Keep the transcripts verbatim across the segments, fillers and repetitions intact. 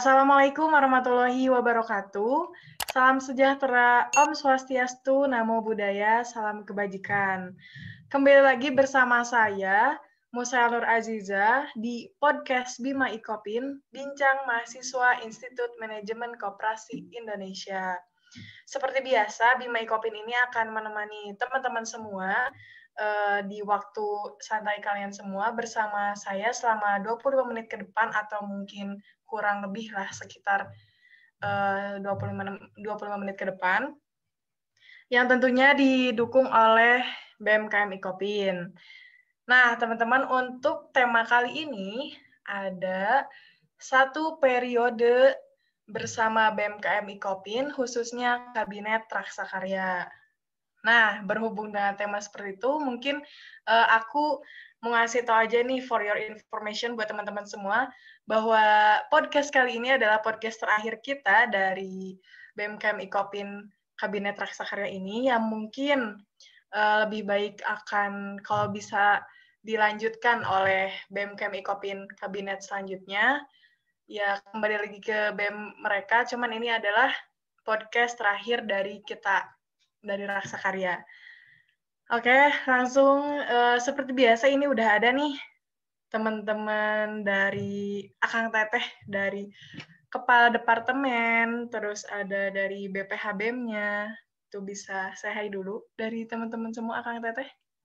Assalamualaikum warahmatullahi wabarakatuh. Salam sejahtera, Om Swastiastu, Namo Buddhaya, salam kebajikan. Kembali lagi bersama saya, Musa Nur Aziza, di podcast Bima Ikopin, Bincang Mahasiswa Institut Manajemen Koperasi Indonesia. Seperti biasa, Bima Ikopin ini akan menemani teman-teman semua uh, di waktu santai kalian semua bersama saya selama dua puluh lima menit ke depan atau mungkin kurang lebih lah sekitar uh, dua puluh lima menit ke depan, yang tentunya didukung oleh B M K M Ikopin. Nah, teman-teman, untuk tema kali ini ada satu periode bersama B M K M Ikopin, khususnya Kabinet Raksakarya. Nah, berhubung dengan tema seperti itu, mungkin uh, aku mau ngasih tau aja nih, for your information buat teman-teman semua, bahwa podcast kali ini adalah podcast terakhir kita dari B M K M Ikopin Kabinet Raksakarya ini, yang mungkin uh, lebih baik akan kalau bisa dilanjutkan oleh B M K M Ikopin Kabinet selanjutnya. Ya, kembali lagi ke B E M mereka, cuman ini adalah podcast terakhir dari kita, dari Raksakarya. Oke, langsung uh, seperti biasa ini udah ada nih teman-teman dari Akang Teteh, dari Kepala Departemen, terus ada dari B P H B E M-nya. Tuh bisa say hi dulu dari teman-teman semua Akang Teteh.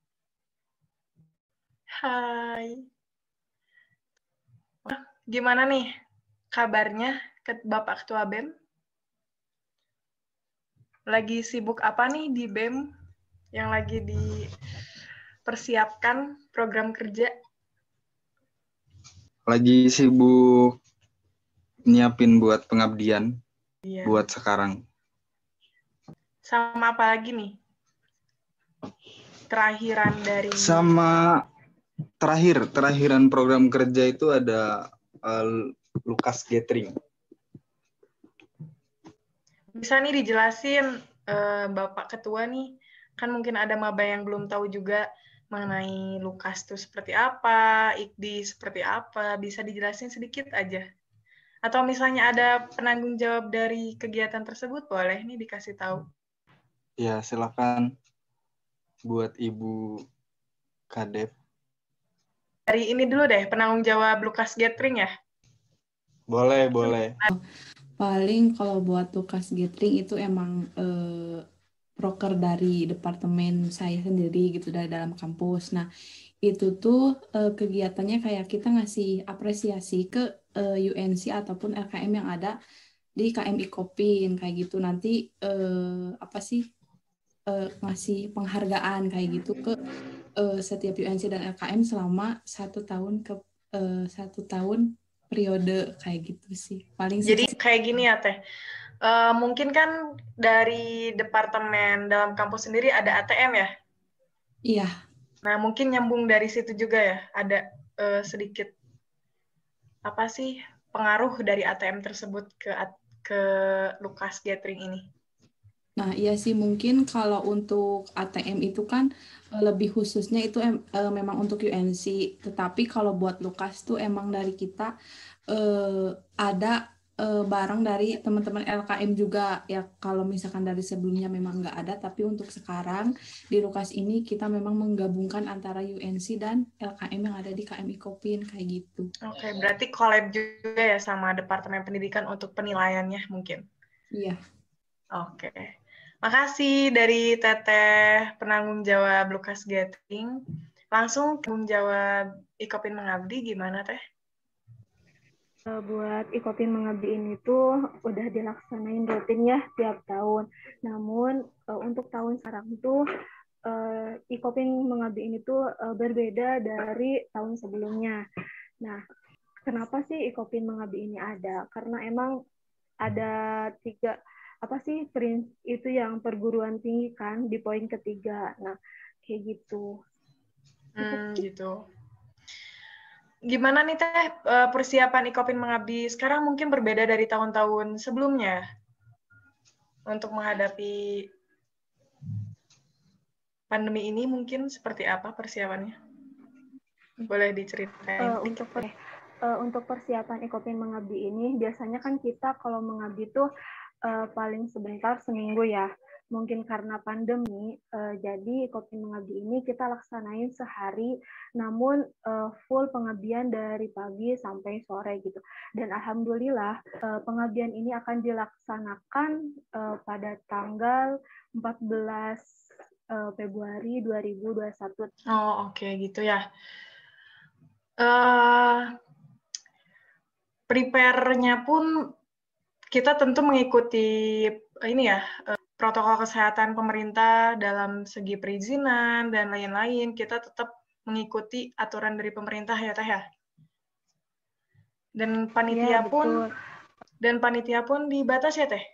Hai. Gimana nih kabarnya ke Bapak Ketua B E M? Lagi sibuk apa nih di B E M yang lagi dipersiapkan program kerja? Lagi sibuk nyiapin buat pengabdian, iya. Buat sekarang. Sama apa lagi nih? Terakhiran dari... Sama terakhir, terakhiran program kerja itu ada uh, Lukas Gathering. Bisa nih dijelasin, uh, Bapak Ketua nih, kan mungkin ada maba yang belum tahu juga mengenai Lukas itu seperti apa, I K D I seperti apa, bisa dijelasin sedikit aja. Atau misalnya ada penanggung jawab dari kegiatan tersebut, boleh nih dikasih tahu. Ya, silakan buat Ibu Kadep. Dari ini dulu deh, penanggung jawab Lukas Gathering ya? Boleh, boleh. Paling kalau buat Lukas Gathering itu emang eh, proker dari departemen saya sendiri gitu, dari dalam kampus. Nah, itu tuh eh, kegiatannya kayak kita ngasih apresiasi ke eh, U N C ataupun L K M yang ada di K M Ikopin kayak gitu. Nanti eh, apa sih eh, ngasih penghargaan kayak gitu ke eh, setiap U N C dan L K M selama satu tahun ke eh, satu tahun periode kayak gitu sih. Paling Jadi sih kayak gini ya Teh. Uh, mungkin kan dari departemen dalam kampus sendiri ada A T M ya? iya. Nah, mungkin nyambung dari situ juga ya, ada uh, sedikit apa sih pengaruh dari A T M tersebut ke ke Lukas Gathering ini? Nah, iya sih mungkin kalau untuk A T M itu kan lebih khususnya itu em, eh, memang untuk U N C. Tetapi kalau buat Lukas tuh emang dari kita eh, ada eh, barang dari teman-teman L K M juga. Ya kalau misalkan dari sebelumnya memang nggak ada, tapi untuk sekarang di Lukas ini kita memang menggabungkan antara U N C dan L K M yang ada di K M Ikopin kayak gitu. Oke, berarti collab juga ya sama Departemen Pendidikan untuk penilaiannya mungkin? Iya. Oke. Makasih dari Teteh penanggung jawab Lukas Gathering. Langsung penanggung jawab Ikopin Mengabdi gimana Teh? Buat Ikopin Mengabdi ini tuh udah dilaksanain rutin ya tiap tahun. Namun untuk tahun sekarang tuh Ikopin Mengabdi ini tuh berbeda dari tahun sebelumnya. Nah, kenapa sih Ikopin Mengabdi ini ada? Karena emang ada tiga apa sih prinsip itu yang perguruan tinggi kan di poin ketiga. Nah, kayak gitu. Hmm, gitu. Gimana nih Teh persiapan Ikopin Mengabdi sekarang mungkin berbeda dari tahun-tahun sebelumnya untuk menghadapi pandemi ini, mungkin seperti apa persiapannya? Boleh diceritain? Uh, untuk uh, untuk persiapan Ikopin Mengabdi ini, biasanya kan kita kalau mengabdi tuh uh, paling sebentar seminggu ya. Mungkin karena pandemi, uh, jadi Ikopin Mengabdi ini kita laksanain sehari, namun uh, full pengabdian dari pagi sampai sore gitu. Dan alhamdulillah uh, pengabdian ini akan dilaksanakan uh, pada tanggal empat belas Februari dua ribu dua puluh satu. Oh, oke, okay, gitu ya. Uh, prepare-nya pun kita tentu mengikuti ini ya, protokol kesehatan pemerintah dalam segi perizinan dan lain-lain. Kita tetap mengikuti aturan dari pemerintah ya Teh ya. Dan panitia ya, pun dan panitia pun dibatasi ya Teh.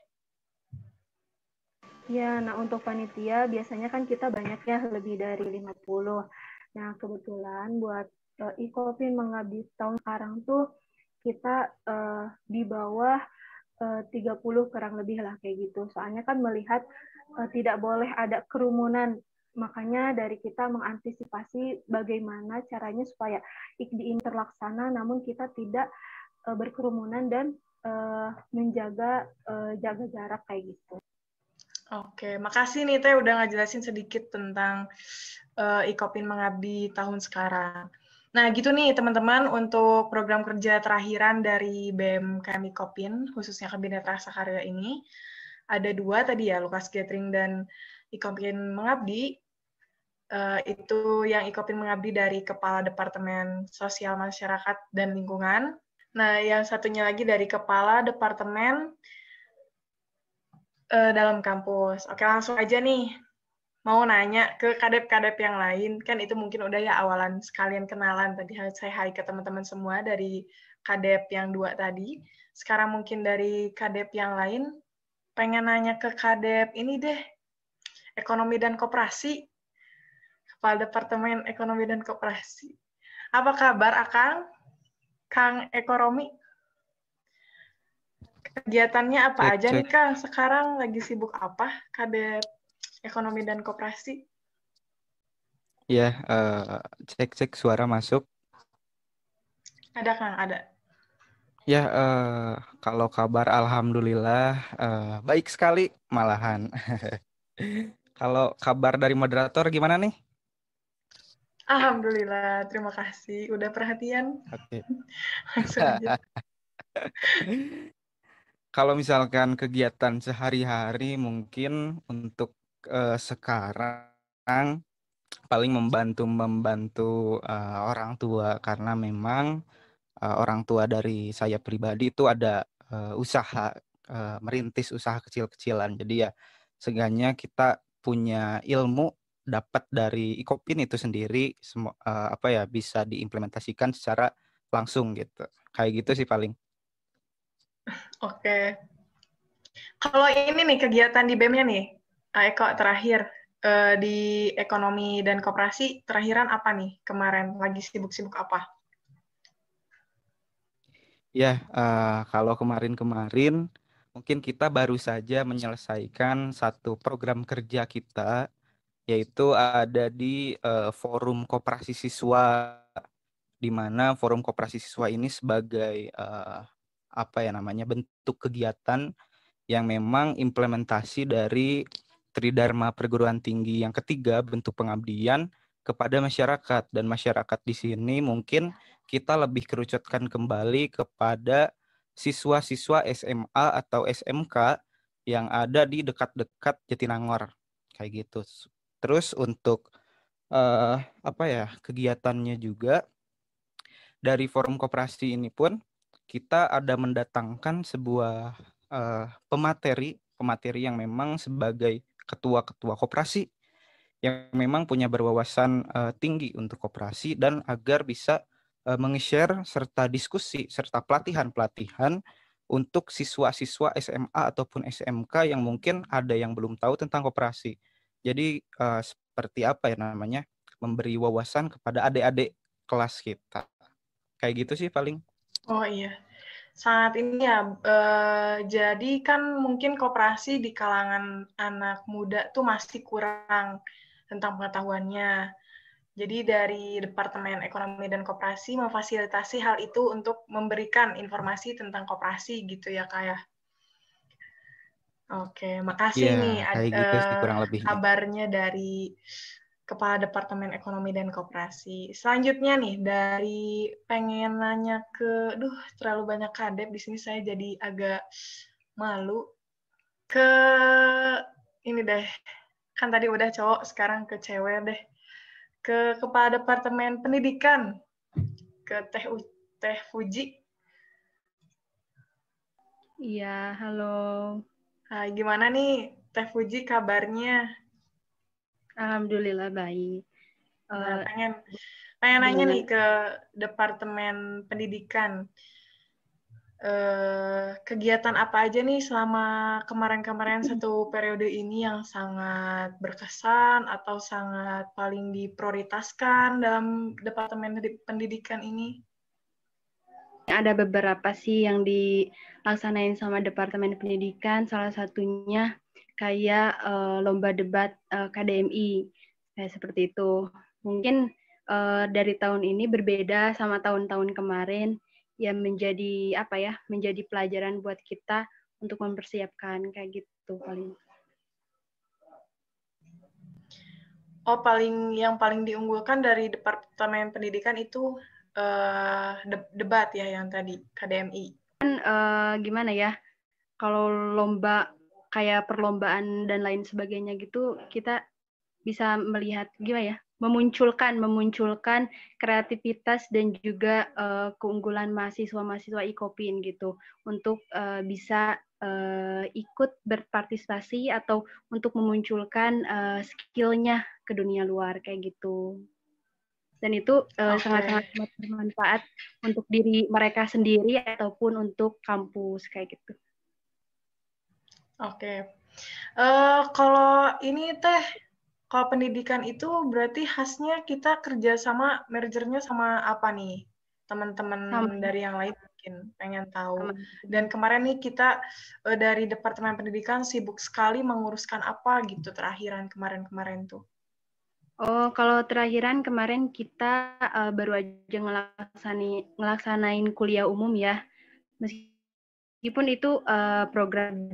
Ya, nah untuk panitia biasanya kan kita banyaknya lebih dari lima puluh. Nah, kebetulan buat uh, Ikopin Mengabdi tahun sekarang tuh kita uh, di bawah uh, tiga puluh kurang lebih lah kayak gitu. Soalnya kan melihat uh, tidak boleh ada kerumunan. Makanya dari kita mengantisipasi bagaimana caranya supaya I K D ini terlaksana namun kita tidak uh, berkerumunan dan uh, menjaga uh, jaga jarak kayak gitu. Oke, makasih nih Teh udah ngejelasin sedikit tentang uh, Ikopin Mengabdi tahun sekarang. Nah, gitu nih teman-teman untuk program kerja terakhiran dari B E M K M Ikopin, khususnya Kabinet Prasakarya ini. Ada dua tadi ya, Lukas Gathering dan Ikopin Mengabdi. Uh, itu yang Ikopin Mengabdi dari Kepala Departemen Sosial Masyarakat dan Lingkungan. Nah, yang satunya lagi dari Kepala Departemen uh, dalam kampus. Oke, langsung aja nih. Mau nanya ke kadep-kadep yang lain, kan itu mungkin udah ya awalan sekalian kenalan. Tadi saya hai ke teman-teman semua dari kadep yang dua tadi. Sekarang mungkin dari kadep yang lain, pengen nanya ke kadep ini deh, Ekonomi dan Koperasi. Kepala Departemen Ekonomi dan Koperasi. Apa kabar, Akang? Kang Ekonomi? Kegiatannya apa cek, aja cek. nih, Kang? Sekarang lagi sibuk apa, kadep Ekonomi dan Koperasi? Ya, uh, cek-cek suara masuk. Ada, Kang, ada. Ya, uh, kalau kabar alhamdulillah uh, baik sekali malahan. Kalau kabar dari moderator gimana nih? Alhamdulillah, terima kasih udah perhatian. Oke. Langsung aja. Kalau misalkan kegiatan sehari-hari mungkin untuk uh, sekarang paling membantu membantu uh, orang tua karena memang uh, orang tua dari saya pribadi itu ada uh, usaha uh, merintis usaha kecil-kecilan. Jadi ya seenggaknya kita punya ilmu dapat dari Ikopin itu sendiri semua uh, apa ya bisa diimplementasikan secara langsung gitu. Kayak gitu sih paling. Oke. Kalau ini nih kegiatan di B E M-nya nih, Eko terakhir uh, di Ekonomi dan Koperasi terakhiran apa nih kemarin? Lagi sibuk-sibuk apa? Ya, uh, kalau kemarin-kemarin mungkin kita baru saja menyelesaikan satu program kerja kita, yaitu ada di uh, Forum Koperasi Siswa, di mana Forum Koperasi Siswa ini sebagai uh, apa ya namanya bentuk kegiatan yang memang implementasi dari Tridharma Perguruan Tinggi yang ketiga, bentuk pengabdian kepada masyarakat. Dan masyarakat di sini mungkin kita lebih kerucutkan kembali kepada siswa-siswa S M A atau S M K yang ada di dekat-dekat Jatinangor kayak gitu. Terus untuk uh, apa ya kegiatannya juga dari Forum Koperasi ini pun kita ada mendatangkan sebuah uh, pemateri pemateri yang memang sebagai ketua-ketua koperasi yang memang punya berwawasan uh, tinggi untuk koperasi dan agar bisa uh, meng-share serta diskusi serta pelatihan-pelatihan untuk siswa-siswa S M A ataupun S M K yang mungkin ada yang belum tahu tentang koperasi. Jadi uh, seperti apa ya namanya memberi wawasan kepada adik-adik kelas kita. Kayak gitu sih paling. Oh iya. Sangat ini ya, eh, jadi kan mungkin koperasi di kalangan anak muda tuh masih kurang tentang pengetahuannya. Jadi dari Departemen Ekonomi dan Koperasi memfasilitasi hal itu untuk memberikan informasi tentang koperasi gitu ya Kak ya. Oke, makasih nih Iya, ad- kayak gitu sih eh, kurang lebihnya. kabarnya dari Kepala Departemen Ekonomi dan Koperasi. Selanjutnya nih dari pengen nanya ke, duh terlalu banyak kadep di sini saya jadi agak malu ke ini deh. Kan tadi udah cowok, sekarang ke cewek deh. Ke Kepala Departemen Pendidikan, ke Teh, U- Teh Fuji. Iya, halo. Hai, gimana nih Teh Fuji kabarnya? Alhamdulillah baik. Nah, Eh, pengen pengen nanya gimana? nih ke Departemen Pendidikan. Eh, kegiatan apa aja nih selama kemarin-kemarin satu periode ini yang sangat berkesan atau sangat paling diprioritaskan dalam Departemen Pendidikan ini? Ada beberapa sih yang dilaksanain sama Departemen Pendidikan. Salah satunya kayak eh, lomba debat eh, K D M I. Kayak seperti itu. Mungkin eh, dari tahun ini berbeda sama tahun-tahun kemarin yang menjadi apa ya? Menjadi pelajaran buat kita untuk mempersiapkan kayak gitu paling. Oh, paling yang paling diunggulkan dari Departemen Pendidikan itu eh, de- debat ya yang tadi K D M I. Kan eh, gimana ya? Kalau lomba kayak perlombaan dan lain sebagainya gitu, kita bisa melihat gimana ya, memunculkan memunculkan kreativitas dan juga uh, keunggulan mahasiswa-mahasiswa Ikopin gitu untuk uh, bisa uh, ikut berpartisipasi atau untuk memunculkan uh, skillnya ke dunia luar kayak gitu. Dan itu uh, Oke. sangat-sangat bermanfaat untuk diri mereka sendiri ataupun untuk kampus kayak gitu. Oke. Uh, kalau ini teh, kalau pendidikan itu berarti khasnya kita kerja sama, mergernya sama apa nih? Teman-teman Sama, dari yang lain mungkin pengen tahu. sama. Dan kemarin nih kita uh, dari Departemen Pendidikan sibuk sekali menguruskan apa gitu terakhiran kemarin-kemarin tuh. Oh, kalau terakhiran kemarin kita uh, baru aja ngelaksani, ngelaksanain kuliah umum ya. Meskipun itu uh, program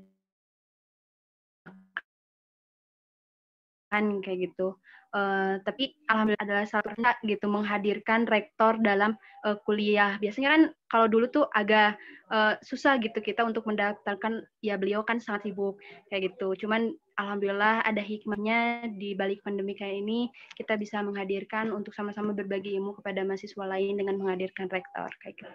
kan kayak gitu. Uh, tapi alhamdulillah adalah satu gitu menghadirkan rektor dalam uh, kuliah. Biasanya kan kalau dulu tuh agak uh, susah gitu kita untuk mendaftarkan, ya beliau kan sangat sibuk kayak gitu. Cuman alhamdulillah ada hikmahnya di balik pandemi kayak ini kita bisa menghadirkan untuk sama-sama berbagi ilmu kepada mahasiswa lain dengan menghadirkan rektor kayak gitu.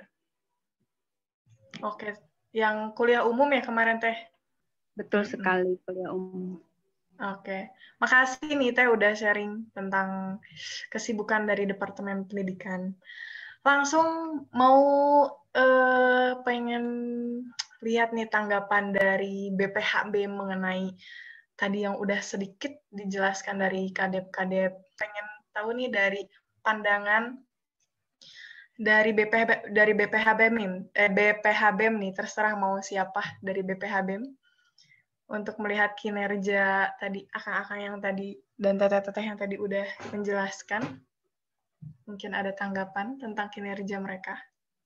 Oke, yang kuliah umum ya kemarin teh? Betul sekali, kuliah umum. Oke, makasih nih Teh udah sharing tentang kesibukan dari Departemen Pendidikan. Langsung mau eh, pengen lihat nih tanggapan dari B P H B mengenai tadi yang udah sedikit dijelaskan dari kadep-kadep. Pengen tahu nih dari pandangan dari B P H B, dari B P H B M nih, eh, B P H B M nih, terserah mau siapa dari B P H B M. Untuk melihat kinerja tadi akang-akang yang tadi dan teteh-teteh yang tadi udah menjelaskan, mungkin ada tanggapan tentang kinerja mereka.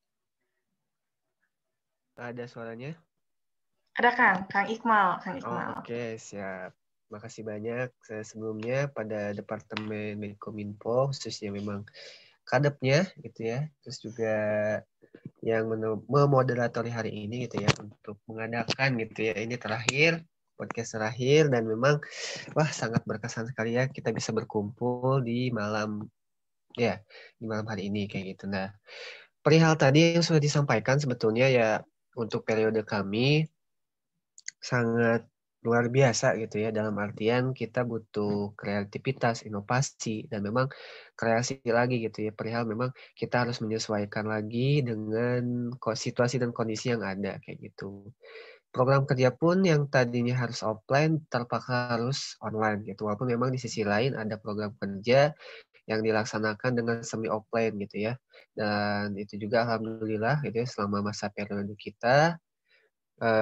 Ada suaranya? Ada Kang, Kang Iqmal, Kang Iqmal. Oh, oke, okay, siap. Makasih banyak. Saya sebelumnya pada Departemen Menkominfo, khususnya memang kadepnya gitu ya, terus juga yang memoderatori hari ini gitu ya untuk mengadakan gitu ya, ini terakhir podcast terakhir dan memang wah sangat berkesan sekali ya kita bisa berkumpul di malam ya di malam hari ini kayak gitu. Nah, perihal tadi yang sudah disampaikan sebetulnya ya untuk periode kami sangat luar biasa gitu ya, dalam artian kita butuh kreativitas, inovasi, dan memang kreasi lagi gitu ya, perihal memang kita harus menyesuaikan lagi dengan situasi dan kondisi yang ada kayak gitu. Program kerja pun yang tadinya harus offline terpaksa harus online gitu, walaupun memang di sisi lain ada program kerja yang dilaksanakan dengan semi offline gitu ya, dan itu juga alhamdulillah gitu ya, selama masa periode kita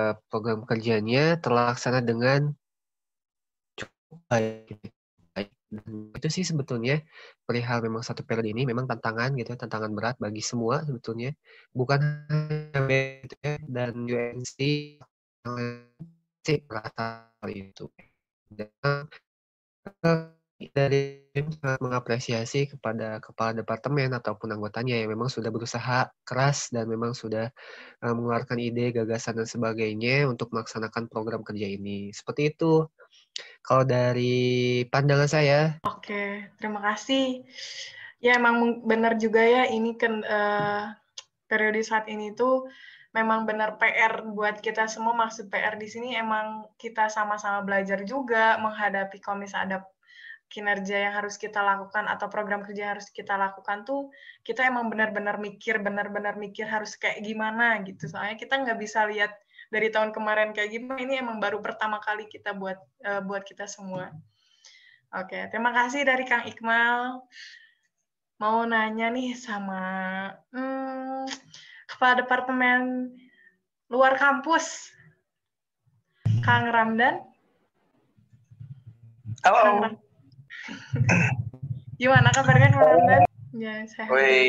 program kerjanya terlaksana dengan cukup baik. Itu sih sebetulnya perihal memang satu periode ini memang tantangan gitu ya, tantangan berat bagi semua sebetulnya. Bukan hanya B M gitu ya, dan U N C sih merasa hal itu. Dan dari tim sangat mengapresiasi kepada kepala departemen ataupun anggotanya yang memang sudah berusaha keras dan memang sudah uh, mengeluarkan ide, gagasan dan sebagainya untuk melaksanakan program kerja ini. Seperti itu. Kalau dari pandangan saya. Oke, terima kasih. Ya emang benar juga ya ini kan uh, periode saat ini tuh memang benar P R buat kita semua. Maksud P R di sini emang kita sama-sama belajar juga menghadapi kalau misalnya ada kinerja yang harus kita lakukan atau program kerja yang harus kita lakukan tuh kita emang benar-benar mikir, benar-benar mikir harus kayak gimana gitu. Soalnya kita nggak bisa lihat dari tahun kemarin kayak gimana, ini emang baru pertama kali kita buat uh, buat kita semua. Oke, terima kasih dari Kang Iqmal. Mau nanya nih sama hmm, Kepala Departemen Luar Kampus, Kang Ramdan. Halo. Kang Ram- Gimana kabarnya Kang Ramdan? Ya, sehat. Woi.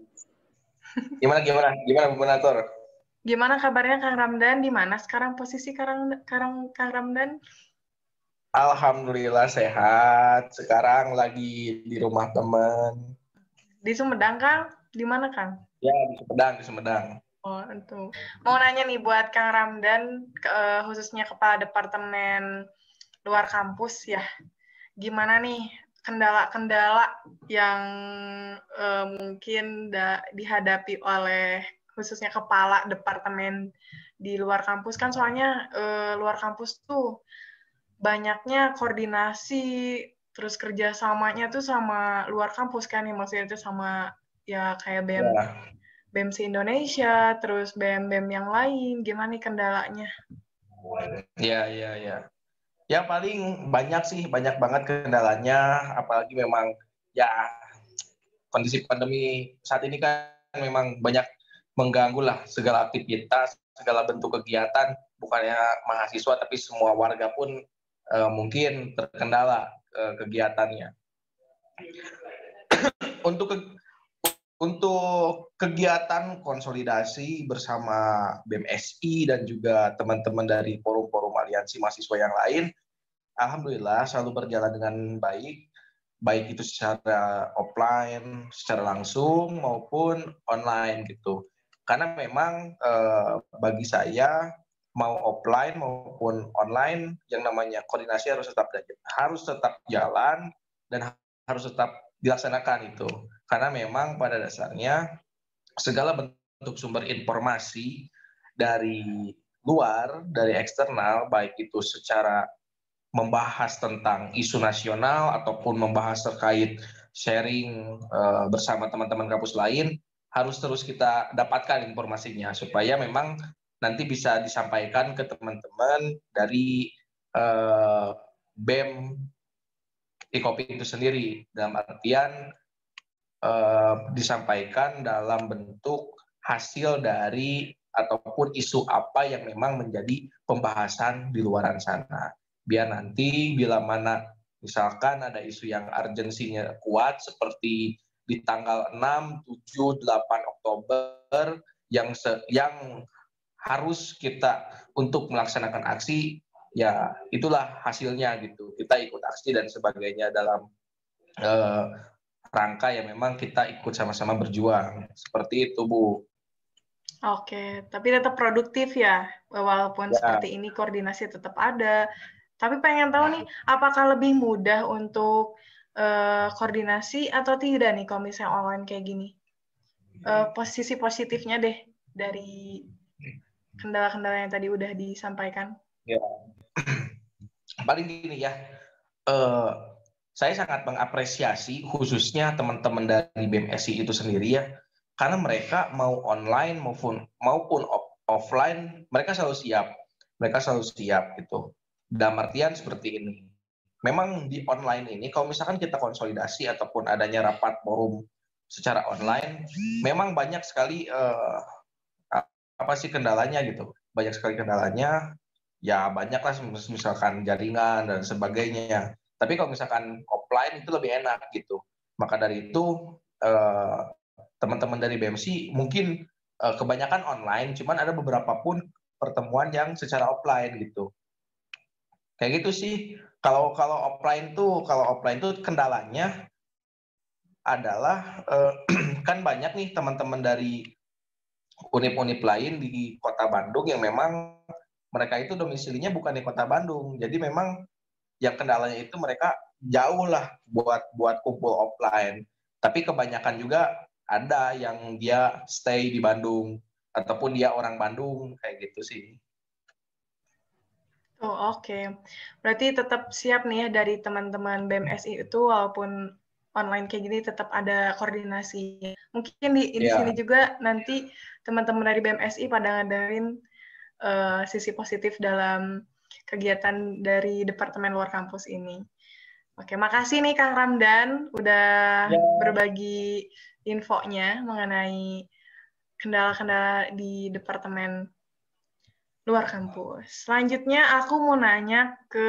Gimana gimana? Gimana Moderator? Gimana kabarnya Kang Ramdan? Di mana sekarang posisi Kang Kang Kang Ramdan? Alhamdulillah sehat. Sekarang lagi di rumah teman. Di Sumedang, Kang? Di mana, Kang? Ya, di Sumedang, di Sumedang. Oh, itu. Mau nanya nih buat Kang Ramdan, ke, khususnya Kepala Departemen Luar Kampus ya. Gimana nih kendala-kendala yang uh, mungkin da, dihadapi oleh khususnya kepala departemen di luar kampus kan, soalnya uh, luar kampus tuh banyaknya koordinasi terus kerjasamanya tuh sama luar kampus kan, ya maksudnya itu sama ya kayak B E M ya. B E M S Indonesia terus B E M B E M yang lain. Gimana nih kendalanya? Ya ya ya. Ya paling banyak sih, banyak banget kendalanya, apalagi memang ya kondisi pandemi saat ini kan memang banyak mengganggu lah segala aktivitas, segala bentuk kegiatan, bukannya mahasiswa tapi semua warga pun uh, mungkin terkendala uh, kegiatannya. Untuk ke, untuk kegiatan konsolidasi bersama B M S I dan juga teman-teman dari forum-forum aliansi mahasiswa yang lain, alhamdulillah selalu berjalan dengan baik. Baik itu secara offline, secara langsung maupun online gitu. Karena memang eh, bagi saya mau offline maupun online yang namanya koordinasi harus tetap harus tetap jalan dan harus tetap dilaksanakan itu. Karena memang pada dasarnya segala bentuk sumber informasi dari luar, dari eksternal, baik itu secara membahas tentang isu nasional ataupun membahas terkait sharing uh, bersama teman-teman kampus lain, harus terus kita dapatkan informasinya supaya memang nanti bisa disampaikan ke teman-teman dari uh, B E M IKOPI itu sendiri, dalam artian uh, disampaikan dalam bentuk hasil dari ataupun isu apa yang memang menjadi pembahasan di luaran sana. Biar nanti bila mana misalkan ada isu yang urgensinya kuat seperti di tanggal enam, tujuh, delapan Oktober yang se yang harus kita untuk melaksanakan aksi, ya itulah hasilnya gitu. Kita ikut aksi dan sebagainya dalam eh, rangka yang memang kita ikut sama-sama berjuang. Seperti itu, Bu. Oke, tapi tetap produktif ya, walaupun ya. Seperti ini koordinasi tetap ada. Tapi pengen tahu nih, apakah lebih mudah untuk uh, koordinasi atau tidak nih kalau misalnya online kayak gini? Uh, posisi positifnya deh dari kendala-kendala yang tadi udah disampaikan. Ya, paling gini ya, uh, saya sangat mengapresiasi khususnya teman-teman dari B M S I itu sendiri ya, karena mereka mau online maupun maupun off offline, mereka selalu siap, mereka selalu siap gitu. Dalam artian seperti ini. Memang di online ini, kalau misalkan kita konsolidasi ataupun adanya rapat forum secara online, memang banyak sekali uh, apa sih kendalanya gitu. Banyak sekali kendalanya, ya banyaklah misalkan jaringan dan sebagainya. Tapi kalau misalkan offline itu lebih enak gitu. Maka dari itu eh, teman-teman dari B M C mungkin eh, kebanyakan online, cuman ada beberapa pun pertemuan yang secara offline gitu. Kayak gitu sih. Kalau kalau offline tuh kalau offline tuh kendalanya adalah eh, kan banyak nih teman-teman dari univ-univ lain di Kota Bandung yang memang mereka itu domisilinya bukan di Kota Bandung. Jadi memang yang kendalanya itu mereka jauh lah buat buat kumpul offline. Tapi kebanyakan juga ada yang dia stay di Bandung ataupun dia orang Bandung kayak gitu sih. Oh, oke. Okay. Berarti tetap siap nih ya dari teman-teman B M S I itu walaupun online kayak gini tetap ada koordinasi. Mungkin di, di Yeah. sini juga nanti teman-teman dari B M S I pada ngadarin uh, sisi positif dalam kegiatan dari Departemen Luar Kampus ini. Oke, makasih nih Kang Ramdan udah yeah. berbagi infonya mengenai kendala-kendala di Departemen Luar Kampus. Selanjutnya aku mau nanya ke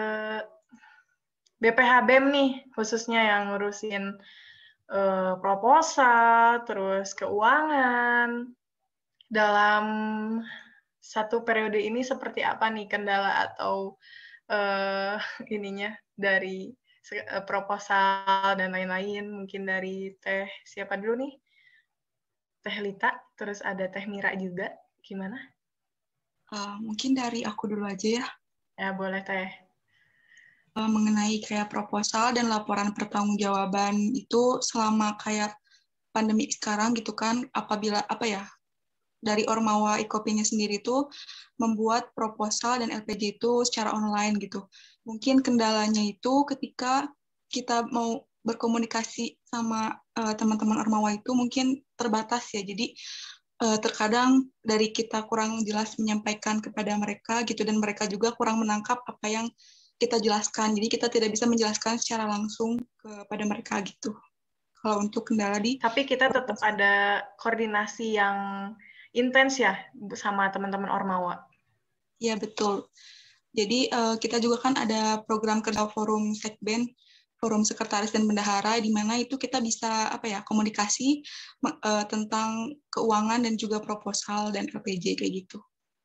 B P H B E M nih, khususnya yang ngurusin uh, proposal, terus keuangan. Dalam satu periode ini seperti apa nih kendala atau uh, ininya dari uh, proposal dan lain-lain? Mungkin dari Teh siapa dulu nih? Teh Lita, terus ada Teh Mira juga. Gimana? Uh, mungkin dari aku dulu aja ya. Ya, boleh Teh. Uh, mengenai kayak proposal dan laporan pertanggungjawaban itu selama kayak pandemi sekarang gitu kan, apabila apa ya, dari Ormawa Ikopinya sendiri itu membuat proposal dan L P J itu secara online gitu. Mungkin kendalanya itu ketika kita mau berkomunikasi sama uh, teman-teman Ormawa itu mungkin terbatas ya. Jadi uh, terkadang dari kita kurang jelas menyampaikan kepada mereka gitu, dan mereka juga kurang menangkap apa yang kita jelaskan. Jadi kita tidak bisa menjelaskan secara langsung kepada mereka gitu. Kalau untuk kendala di... Tapi kita tetap ada koordinasi yang intens ya sama teman-teman Ormawa. Iya, betul. Jadi uh, kita juga kan ada program kerja forum Sekben, forum sekretaris dan bendahara, di mana itu kita bisa apa ya komunikasi uh, tentang keuangan dan juga proposal dan L P J kayak gitu.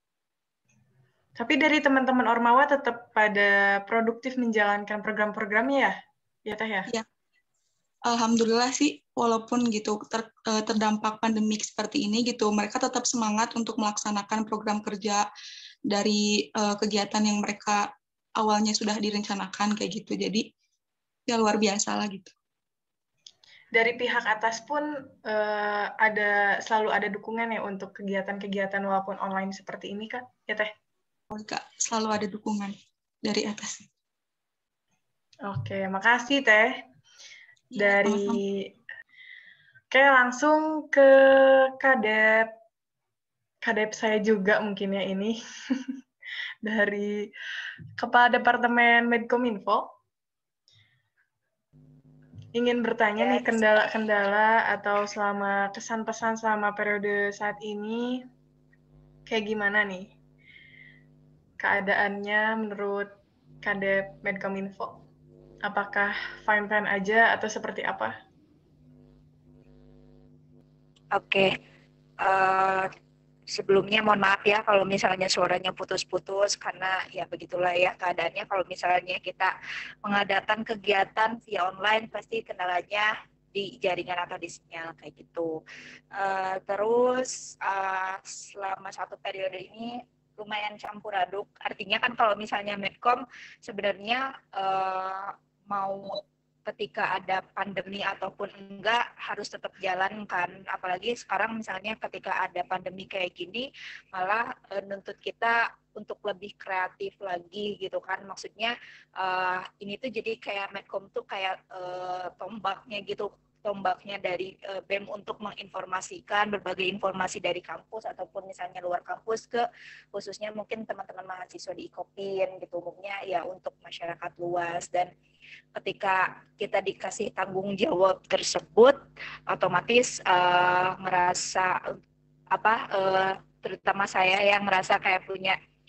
Tapi dari teman-teman Ormawa tetap pada produktif menjalankan program-programnya ya, ya Teh ya? Iya. Alhamdulillah sih, walaupun gitu ter, terdampak pandemik seperti ini gitu, mereka tetap semangat untuk melaksanakan program kerja dari uh, kegiatan yang mereka awalnya sudah direncanakan kayak gitu. Jadi ya luar biasa lah gitu. Dari pihak atas pun uh, ada selalu ada dukungan ya untuk kegiatan-kegiatan walaupun online seperti ini Kak, ya Teh? Oh, Kak, selalu ada dukungan dari atas. Oke, makasih Teh. Dari Oke, langsung ke Kadep. Kadep saya juga mungkin ya ini. Dari Kepala Departemen Medkominfo. Ingin bertanya nih kendala-kendala atau selama kesan-pesan selama periode saat ini kayak gimana nih keadaannya menurut Kadep Medkominfo? Apakah fine-fine aja atau seperti apa? Oke, uh, sebelumnya mohon maaf ya kalau misalnya suaranya putus-putus karena ya begitulah ya keadaannya. Kalau misalnya kita mengadakan kegiatan via online pasti kendalanya di jaringan atau di sinyal kayak gitu. Uh, terus uh, selama satu periode ini lumayan campur aduk. Artinya kan kalau misalnya Medcom sebenarnya uh, mau ketika ada pandemi ataupun enggak harus tetap jalan kan, apalagi sekarang misalnya ketika ada pandemi kayak gini malah e, nuntut kita untuk lebih kreatif lagi gitu kan, maksudnya uh, ini tuh jadi kayak Medcom tuh kayak uh, tombaknya gitu, tombaknya dari uh, B E M untuk menginformasikan berbagai informasi dari kampus ataupun misalnya luar kampus ke khususnya mungkin teman-teman mahasiswa di Ikopin gitu, umumnya ya untuk masyarakat luas. Dan ketika kita dikasih tanggung jawab tersebut otomatis uh, merasa apa uh, terutama saya yang merasa kayak punya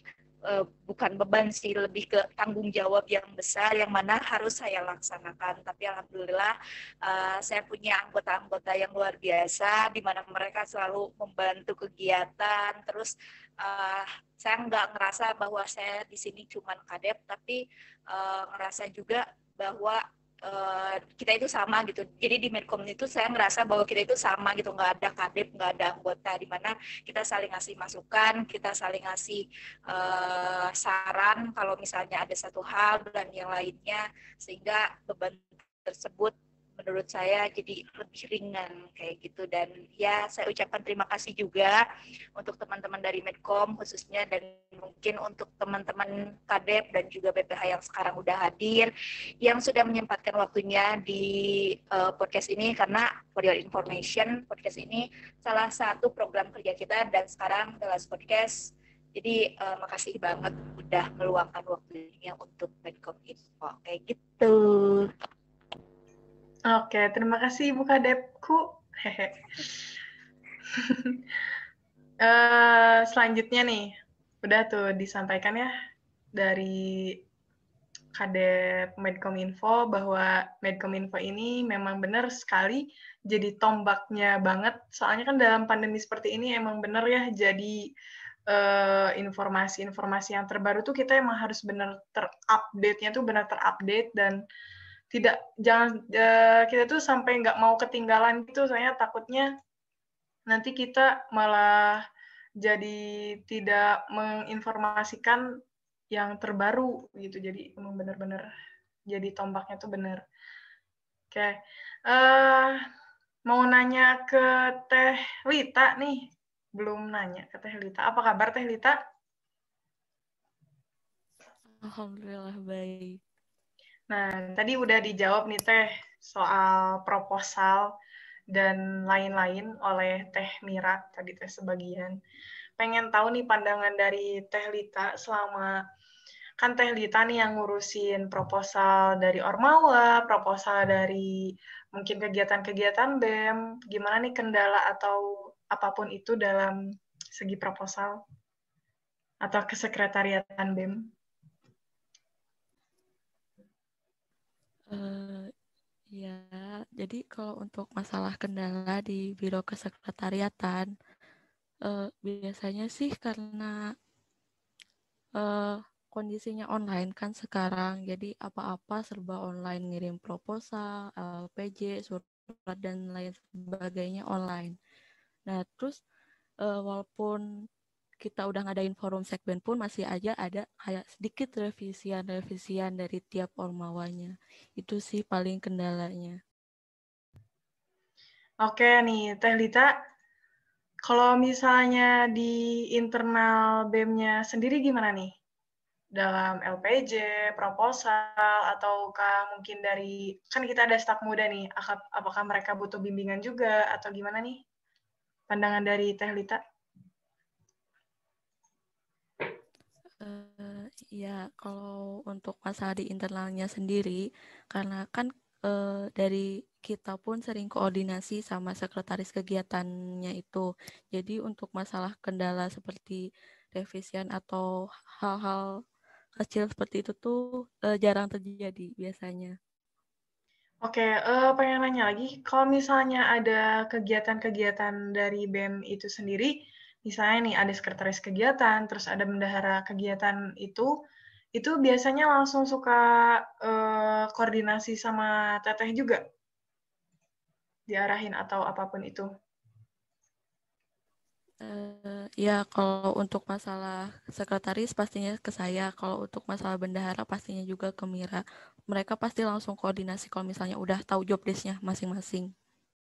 uh, bukan beban sih, lebih ke tanggung jawab yang besar yang mana harus saya laksanakan. Tapi alhamdulillah uh, saya punya anggota-anggota yang luar biasa di mana mereka selalu membantu kegiatan. Terus uh, saya nggak ngerasa bahwa saya di sini cuma kadep, tapi uh, ngerasa juga bahwa uh, kita itu sama gitu. Jadi di Medcom itu saya ngerasa bahwa kita itu sama gitu, nggak ada kadep, nggak ada anggota, di mana kita saling ngasih masukan, kita saling ngasih uh, saran kalau misalnya ada satu hal dan yang lainnya, sehingga beban tersebut menurut saya jadi lebih ringan kayak gitu. Dan ya saya ucapkan terima kasih juga untuk teman-teman dari Medcom khususnya, dan mungkin untuk teman-teman kadep dan juga B P H yang sekarang udah hadir, yang sudah menyempatkan waktunya di uh, podcast ini, karena for your information, podcast ini salah satu program kerja kita dan sekarang The Last Podcast. Jadi uh, makasih banget udah meluangkan waktunya untuk Medcom Info kayak gitu. Oke, terima kasih Ibu Kadepku. Hehe. uh, selanjutnya nih, udah tuh disampaikan ya dari Kadep Medcominfo bahwa Medcominfo ini memang benar sekali jadi tombaknya banget. Soalnya kan dalam pandemi seperti ini emang benar ya, jadi uh, informasi-informasi yang terbaru tuh kita emang harus benar terupdate-nya tuh benar terupdate, dan tidak jangan uh, kita tuh sampai nggak mau ketinggalan gitu, soalnya takutnya nanti kita malah jadi tidak menginformasikan yang terbaru gitu. Jadi emang benar-benar jadi tombaknya tuh benar. Oke, uh, mau nanya ke Teh Lita nih, belum nanya ke Teh Lita. Apa kabar Teh Lita? Alhamdulillah baik. Nah, tadi udah dijawab nih Teh soal proposal dan lain-lain oleh Teh Mira tadi Teh sebagian. Pengen tahu nih pandangan dari Teh Lita selama, kan Teh Lita nih yang ngurusin proposal dari Ormawa, proposal dari mungkin kegiatan-kegiatan B E M, gimana nih kendala atau apapun itu dalam segi proposal atau kesekretariatan B E M? Uh, ya, jadi kalau untuk masalah kendala di Biro Kesekretariatan, uh, biasanya sih karena uh, kondisinya online kan sekarang, jadi apa-apa serba online, ngirim proposal, L P J, surat, dan lain sebagainya online. Nah, terus uh, walaupun kita udah ngadain forum sekben pun masih aja ada kayak sedikit revisian-revisian dari tiap ormawanya. Itu sih paling kendalanya. Oke nih, Teh Lita, kalau misalnya di internal B E M-nya sendiri gimana nih? Dalam L P J, proposal, ataukah mungkin dari, kan kita ada staf muda nih, apakah mereka butuh bimbingan juga, atau gimana nih? Pandangan dari Teh Lita? Uh, ya, kalau untuk masalah di internalnya sendiri, karena kan uh, dari kita pun sering koordinasi sama sekretaris kegiatannya itu. Jadi untuk masalah kendala seperti revisian atau hal-hal kecil seperti itu tuh uh, jarang terjadi biasanya. Oke, uh, pengen nanya lagi, kalau misalnya ada kegiatan-kegiatan dari B E M itu sendiri, misalnya nih ada sekretaris kegiatan, terus ada bendahara kegiatan itu, itu biasanya langsung suka uh, koordinasi sama Teteh juga? Diarahin atau apapun itu? Uh, ya, kalau untuk masalah sekretaris pastinya ke saya, kalau untuk masalah bendahara pastinya juga ke Mira. Mereka pasti langsung koordinasi kalau misalnya udah tahu job desk-nya masing-masing.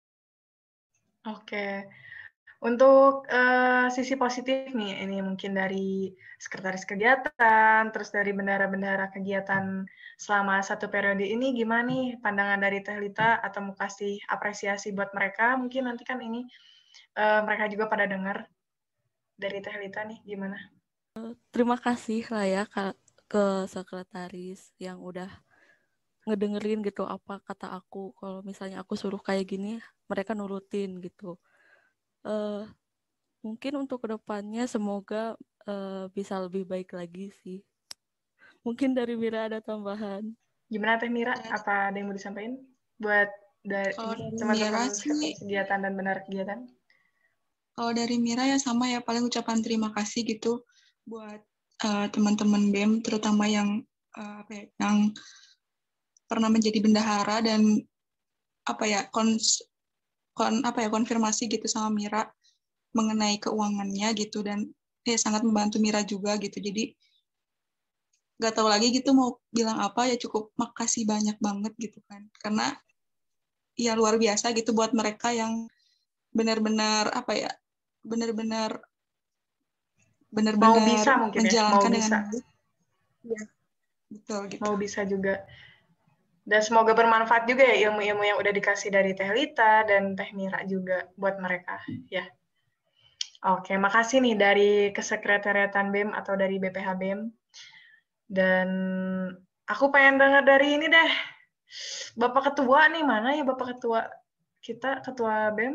Oke. Untuk uh, sisi positif nih, ini mungkin dari sekretaris kegiatan, terus dari bendahara-bendahara kegiatan selama satu periode ini, gimana nih pandangan dari Teh Lita, atau mau kasih apresiasi buat mereka? Mungkin nanti kan ini uh, mereka juga pada dengar dari Teh Lita nih, gimana? Terima kasih lah ya ke, ke sekretaris yang udah ngedengerin gitu apa kata aku. Kalau misalnya aku suruh kayak gini, mereka nurutin gitu. Uh, mungkin untuk kedepannya semoga uh, bisa lebih baik lagi sih. Mungkin dari Mira ada tambahan. Gimana Teh Mira? Apa ada yang mau disampaikan buat dari Kalau dari teman-teman Mira sih, kegiatan dan benar kegiatan? kalau dari Mira ya sama ya, paling ucapan terima kasih gitu buat uh, teman-teman B E M, terutama yang uh, apa ya, yang pernah menjadi bendahara dan apa ya kons, kon apa ya konfirmasi gitu sama Mira mengenai keuangannya gitu, dan ya sangat membantu Mira juga gitu. Jadi nggak tahu lagi gitu mau bilang apa, ya cukup makasih banyak banget gitu kan, karena ya luar biasa gitu buat mereka yang benar-benar apa ya benar-benar benar-benar mau bisa mungkin menjalankan ya, mau dengan bisa. baik. Ya, betul gitu. Mau bisa juga. Dan semoga bermanfaat juga ya ilmu-ilmu yang udah dikasih dari Teh Lita dan Teh Mira juga buat mereka ya. Oke, makasih nih dari Kesekretariatan B E M atau dari B P H B E M. Dan aku pengen dengar dari ini deh. Bapak Ketua nih, mana ya Bapak Ketua kita, Ketua B E M?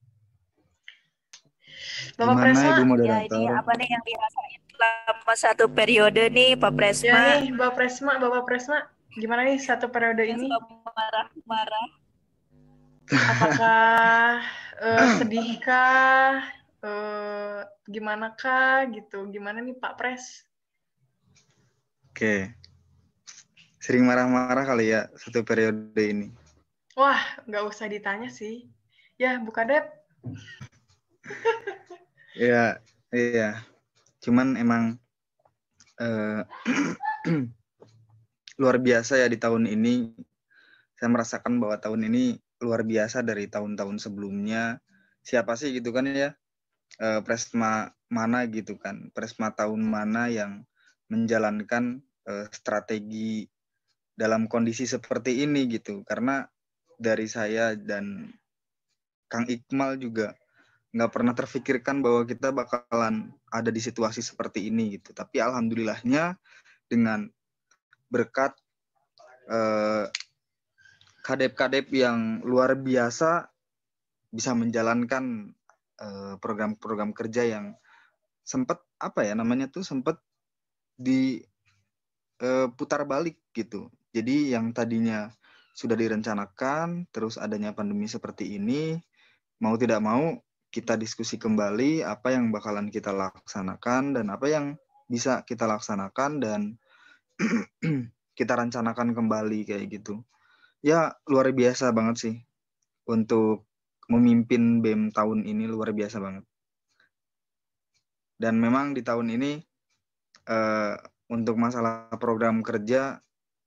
Bapak Gimana Presma? Ibu Ya Moderator? ini apa nih yang dirasain selama satu periode nih Pak Presma? Ya nih Bapak Presma, Bapak Presma, gimana nih satu periode yang ini? suka marah-marah. Apakah uh, sedihkah? Uh, gimana kah gitu? Gimana nih Pak Pres? Oke. Sering marah-marah kali ya satu periode ini. Wah, nggak usah ditanya sih. Ya, Bu Kadep. Iya, iya. Cuman emang uh, luar biasa ya di tahun ini. Saya merasakan bahwa tahun ini luar biasa dari tahun-tahun sebelumnya. Siapa sih gitu kan ya? Uh, Presma mana gitu kan? Presma tahun mana yang menjalankan uh, strategi dalam kondisi seperti ini gitu. Karena dari saya dan Kang Ikmal juga nggak pernah terfikirkan bahwa kita bakalan ada di situasi seperti ini gitu. Tapi alhamdulillahnya dengan berkat eh, kadep-kadep yang luar biasa bisa menjalankan eh, program-program kerja yang sempat apa ya namanya tuh sempat diputar balik gitu. Jadi yang tadinya sudah direncanakan, terus adanya pandemi seperti ini, mau tidak mau kita diskusi kembali apa yang bakalan kita laksanakan dan apa yang bisa kita laksanakan dan kita rencanakan kembali kayak gitu. Ya luar biasa banget sih untuk memimpin B E M tahun ini, luar biasa banget. Dan memang di tahun ini eh, untuk masalah program kerja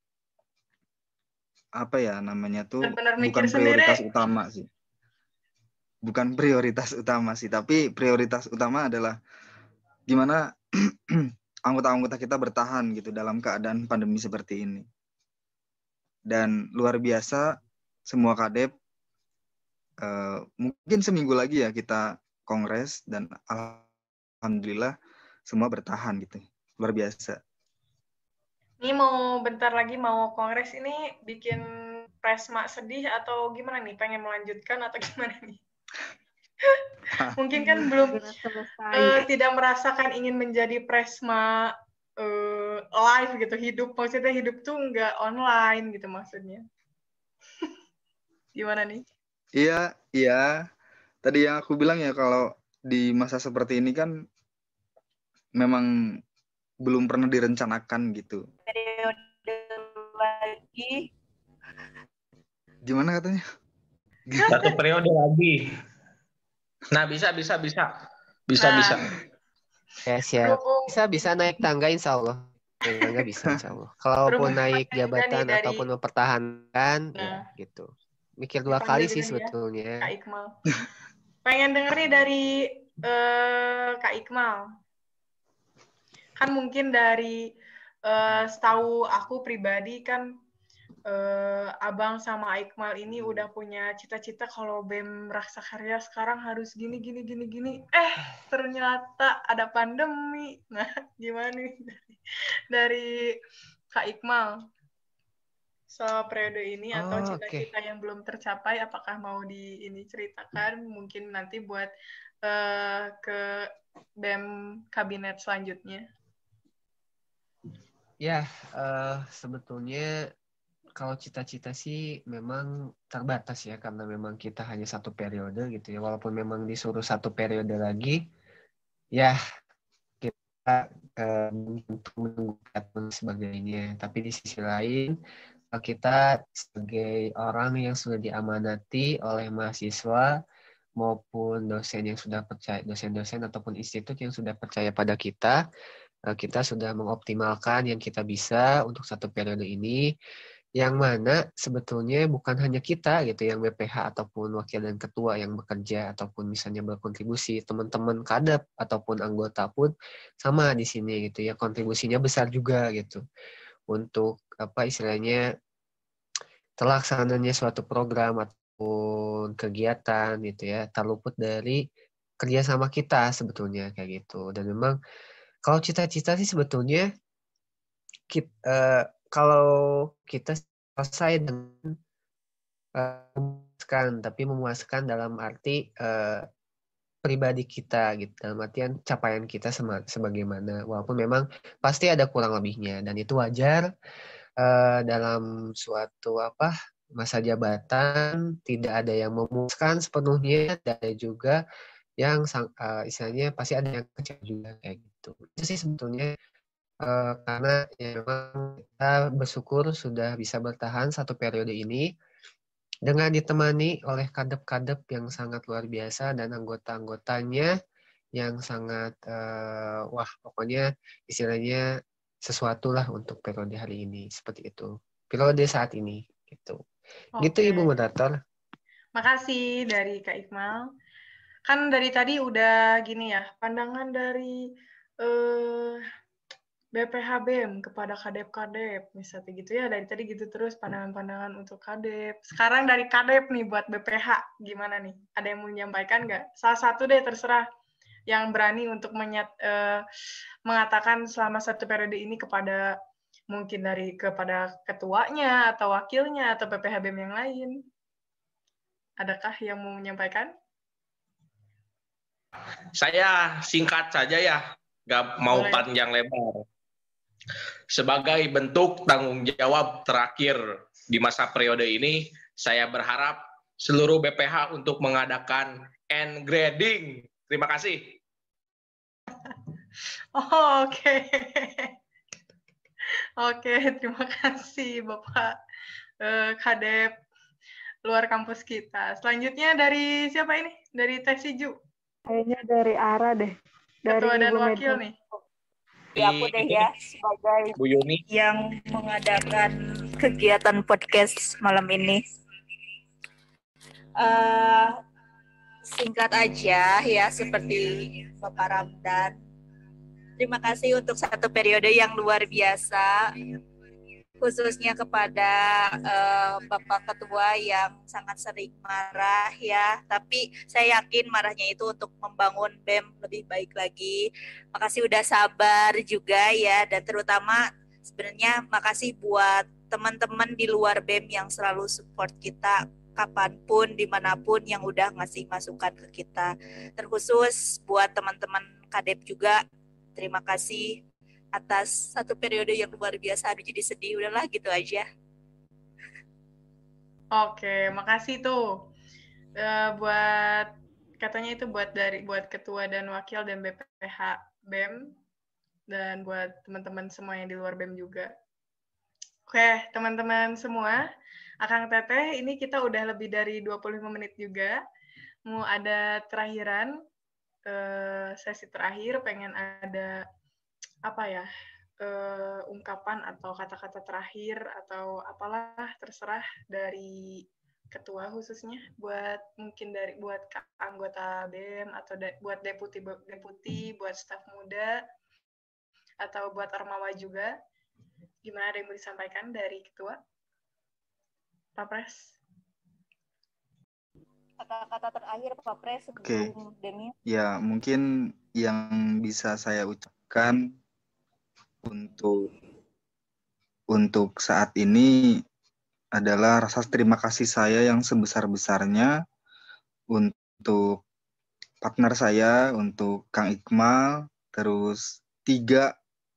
apa ya namanya tuh Benar-benar bukan mikir prioritas sendiri. utama sih. Bukan prioritas utama sih, tapi prioritas utama adalah gimana anggota-anggota kita bertahan gitu dalam keadaan pandemi seperti ini. Dan luar biasa semua kadep uh, mungkin seminggu lagi ya kita kongres dan alhamdulillah semua bertahan gitu. Luar biasa. Ini mau bentar lagi mau kongres ini bikin Presma sedih atau gimana nih? Pengen melanjutkan atau gimana nih? Mungkin kan belum uh, tidak merasakan ingin menjadi Presma uh, live gitu, hidup. Maksudnya hidup tuh nggak online gitu maksudnya. Gimana nih? Iya, iya. Tadi yang aku bilang ya kalau di masa seperti ini kan memang belum pernah direncanakan gitu. Periode lagi. Gimana katanya? Satu periode lagi. Nah, bisa, bisa, bisa. Bisa, nah. bisa. Ya, siap. Bisa, bisa naik tangga insya Allah. Naik tangga bisa insya Allah. Kalaupun naik jabatan dari... ataupun mempertahankan, nah. ya gitu. Mikir dua kali sih sebetulnya. Ya, Kak Ikmal. Pengen denger nih dari uh, Kak Ikmal. Kan mungkin dari uh, setahu aku pribadi kan uh, Abang sama Ikmal ini udah punya cita-cita kalau B E M Raksa Karya sekarang harus gini gini gini gini. Eh ternyata ada pandemi. Nah gimana nih dari, dari Kak Ikmal? soal periode ini atau Oh, oke. cita-cita yang belum tercapai, apakah mau di ini ceritakan mungkin nanti buat eh, ke B E M kabinet selanjutnya. Ya, eh, sebetulnya kalau cita-cita sih memang terbatas ya, karena memang kita hanya satu periode gitu ya. Walaupun memang disuruh satu periode lagi, ya kita eh, untuk menunggu dan sebagainya. Tapi di sisi lain, eh, kita sebagai orang yang sudah diamanati oleh mahasiswa maupun dosen yang sudah percaya, dosen-dosen ataupun institut yang sudah percaya pada kita, eh, kita sudah mengoptimalkan yang kita bisa untuk satu periode ini, yang mana sebetulnya bukan hanya kita gitu yang B P H ataupun wakil dan ketua yang bekerja ataupun misalnya berkontribusi, teman-teman kadep ataupun anggota pun sama di sini gitu ya, kontribusinya besar juga gitu untuk apa istilahnya terlaksananya suatu program ataupun kegiatan gitu ya, tak luput dari kerjasama kita sebetulnya kayak gitu. Dan memang kalau cita-cita sih sebetulnya kita, uh, kalau kita selesai dengan uh, memuaskan, tapi memuaskan dalam arti uh, pribadi kita gitu, dalam artian capaian kita sema- sebagaimana, walaupun memang pasti ada kurang lebihnya dan itu wajar uh, dalam suatu apa masa jabatan, tidak ada yang memuaskan sepenuhnya, dan ada juga yang uh, istilahnya pasti ada yang kecewa juga kayak gitu. Itu sih sebetulnya. Uh, karena ya memang kita bersyukur sudah bisa bertahan satu periode ini dengan ditemani oleh kadep-kadep yang sangat luar biasa dan anggota-anggotanya yang sangat uh, wah pokoknya istilahnya sesuatu lah untuk periode hari ini seperti itu, periode saat ini gitu. Oke. Gitu Ibu Moderator. Makasih dari Kak Iqmal. Kan dari tadi udah gini ya, pandangan dari eh, B P H B E M kepada kadep-kadep, misalnya gitu ya, dari tadi gitu terus pandangan-pandangan untuk kadep. Sekarang dari kadep nih buat B P H, gimana nih? Ada yang mau menyampaikan nggak? Salah satu deh terserah yang berani untuk menyat, eh, mengatakan selama satu periode ini kepada mungkin dari kepada ketuanya atau wakilnya atau P P H B E M yang lain. Adakah yang mau menyampaikan? Saya singkat saja ya, nggak mau Boleh. panjang lebar. Sebagai bentuk tanggung jawab terakhir di masa periode ini, saya berharap seluruh B P H untuk mengadakan end grading. Terima kasih. Oh, oke. Okay. Oke, okay, terima kasih Bapak eh, Kadep luar kampus kita. Selanjutnya dari siapa ini? Dari Teh Siju. Kayaknya dari Ara deh. Dari Ketua dan Ibu Wakil Medha. nih. Ya, aku deh ya sebagai Bu Yuni yang mengadakan kegiatan podcast malam ini. Uh, singkat aja ya, seperti Bapak Ramdan. Terima kasih untuk satu periode yang luar biasa, khususnya kepada uh, Bapak Ketua yang sangat sering marah ya, tapi saya yakin marahnya itu untuk membangun B E M lebih baik lagi. Makasih udah sabar juga ya, dan terutama sebenarnya makasih buat teman-teman di luar B E M yang selalu support kita kapanpun, dimanapun, yang udah ngasih masukan ke kita. Terkhusus buat teman-teman Kadep juga, terima kasih atas satu periode yang luar biasa. Aduh jadi sedih, udahlah gitu aja. Oke, makasih tuh uh, buat katanya itu buat dari buat ketua dan wakil dan B P H B E M dan buat teman-teman semua yang di luar B E M juga. Oke, teman-teman semua, Akang Teteh, ini kita udah lebih dari dua puluh lima menit juga. Mau ada terakhiran uh, sesi terakhir, pengen ada apa ya? Uh, ungkapan atau kata-kata terakhir atau apalah terserah dari ketua khususnya buat mungkin dari buat anggota B E M atau de, buat deputi deputi buat staf muda atau buat ormawa juga, gimana ada yang mau disampaikan dari ketua Pak Pres? Kata-kata terakhir Pak Pres sebelum Oke. Demi. Ya mungkin yang bisa saya ucapkan untuk untuk saat ini adalah rasa terima kasih saya yang sebesar-besarnya untuk partner saya, untuk Kang Iqmal, terus tiga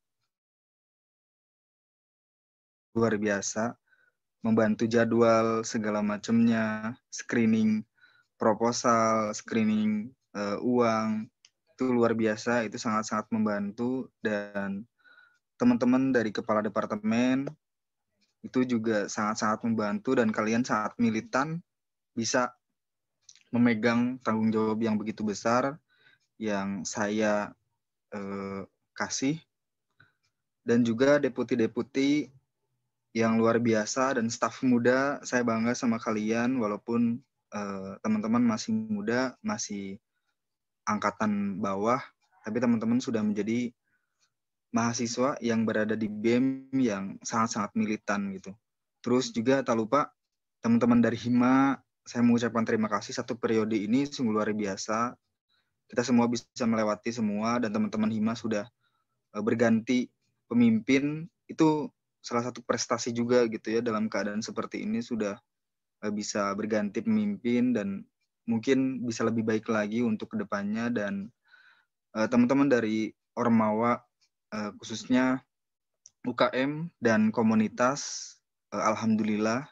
luar biasa, membantu jadwal segala macamnya, screening proposal, screening uh, uang, itu luar biasa, itu sangat-sangat membantu. Dan teman-teman dari kepala departemen itu juga sangat-sangat membantu, dan kalian sangat militan, bisa memegang tanggung jawab yang begitu besar yang saya eh, kasih. Dan juga deputi-deputi yang luar biasa dan staf muda, saya bangga sama kalian walaupun eh, teman-teman masih muda, masih angkatan bawah, tapi teman-teman sudah menjadi mahasiswa yang berada di B E M yang sangat-sangat militan gitu. Terus juga tak lupa teman-teman dari Hima, saya mengucapkan terima kasih, satu periode ini sungguh luar biasa. Kita semua bisa melewati semua, dan teman-teman Hima sudah uh, berganti pemimpin, itu salah satu prestasi juga gitu ya, dalam keadaan seperti ini sudah uh, bisa berganti pemimpin dan mungkin bisa lebih baik lagi untuk kedepannya. Dan uh, teman-teman dari Ormawa, uh, khususnya U K M dan komunitas, uh, alhamdulillah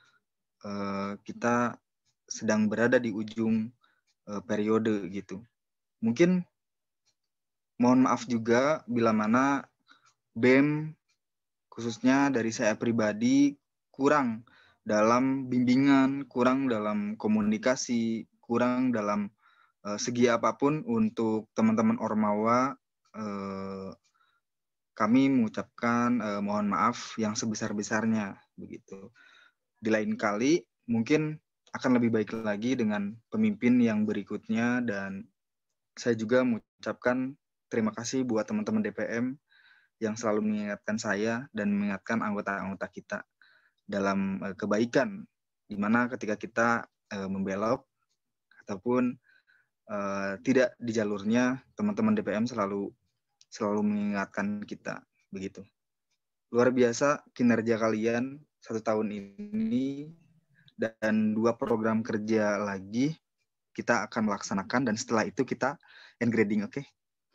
uh, kita sedang berada di ujung uh, periode gitu. Mungkin mohon maaf juga bila mana B E M khususnya dari saya pribadi kurang dalam bimbingan, kurang dalam komunikasi, kurang dalam uh, segi apapun untuk teman-teman Ormawa. Uh, kami mengucapkan uh, mohon maaf yang sebesar-besarnya begitu. Di lain kali mungkin akan lebih baik lagi dengan pemimpin yang berikutnya, dan saya juga mengucapkan terima kasih buat teman-teman D P M yang selalu mengingatkan saya dan mengingatkan anggota-anggota kita dalam uh, kebaikan, di mana ketika kita uh, membelok ataupun uh, tidak di jalurnya, teman-teman D P M selalu selalu mengingatkan kita begitu. Luar biasa kinerja kalian satu tahun ini, dan dua program kerja lagi kita akan melaksanakan, dan setelah itu kita end grading, oke? Okay?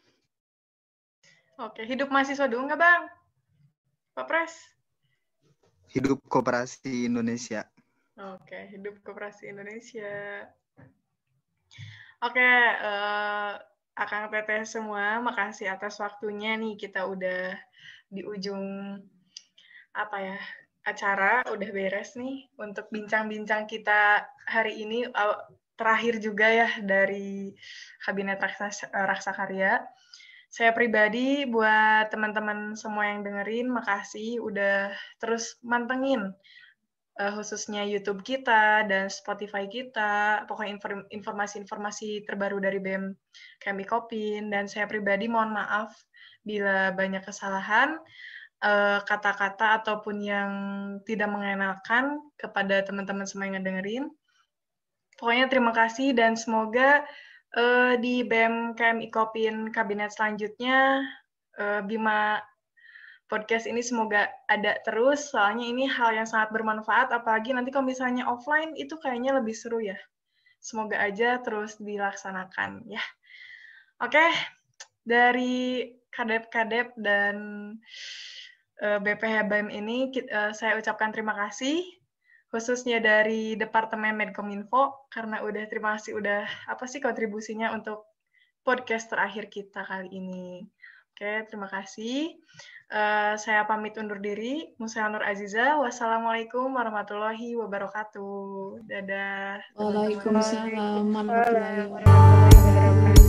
Oke, hidup mahasiswa dulu nggak Bang? Pak Pres? Hidup Koperasi Indonesia. Oke, hidup Koperasi Indonesia. Oke, uh, Akang Teteh semua, makasih atas waktunya nih. Kita udah di ujung apa ya acara, udah beres nih untuk bincang-bincang kita hari ini. Uh, terakhir juga ya dari Kabinet Raksa, Raksa Karya. Saya pribadi buat teman-teman semua yang dengerin, makasih udah terus mantengin uh, khususnya YouTube kita dan Spotify kita, pokoknya informasi-informasi terbaru dari B E M K M Ikopin. Dan saya pribadi mohon maaf bila banyak kesalahan, uh, kata-kata ataupun yang tidak mengenakan kepada teman-teman semua yang ngedengerin. Pokoknya terima kasih, dan semoga Uh, di B E M K M Ikopin kabinet selanjutnya, uh, Bima Podcast ini semoga ada terus, soalnya ini hal yang sangat bermanfaat, apalagi nanti kalau misalnya offline itu kayaknya lebih seru ya. Semoga aja terus dilaksanakan ya. Oke, dari Kadep-Kadep dan uh, B P H B E M ini uh, saya ucapkan terima kasih, khususnya dari Departemen Medkominfo, karena udah terima kasih udah apa sih kontribusinya untuk podcast terakhir kita kali ini. Oke, terima kasih. Uh, saya pamit undur diri. Musa Nur Aziza. Wassalamualaikum warahmatullahi wabarakatuh. Dadah. Waalaikumsalam warahmatullahi Waalaikumsalam warahmatullahi wabarakatuh.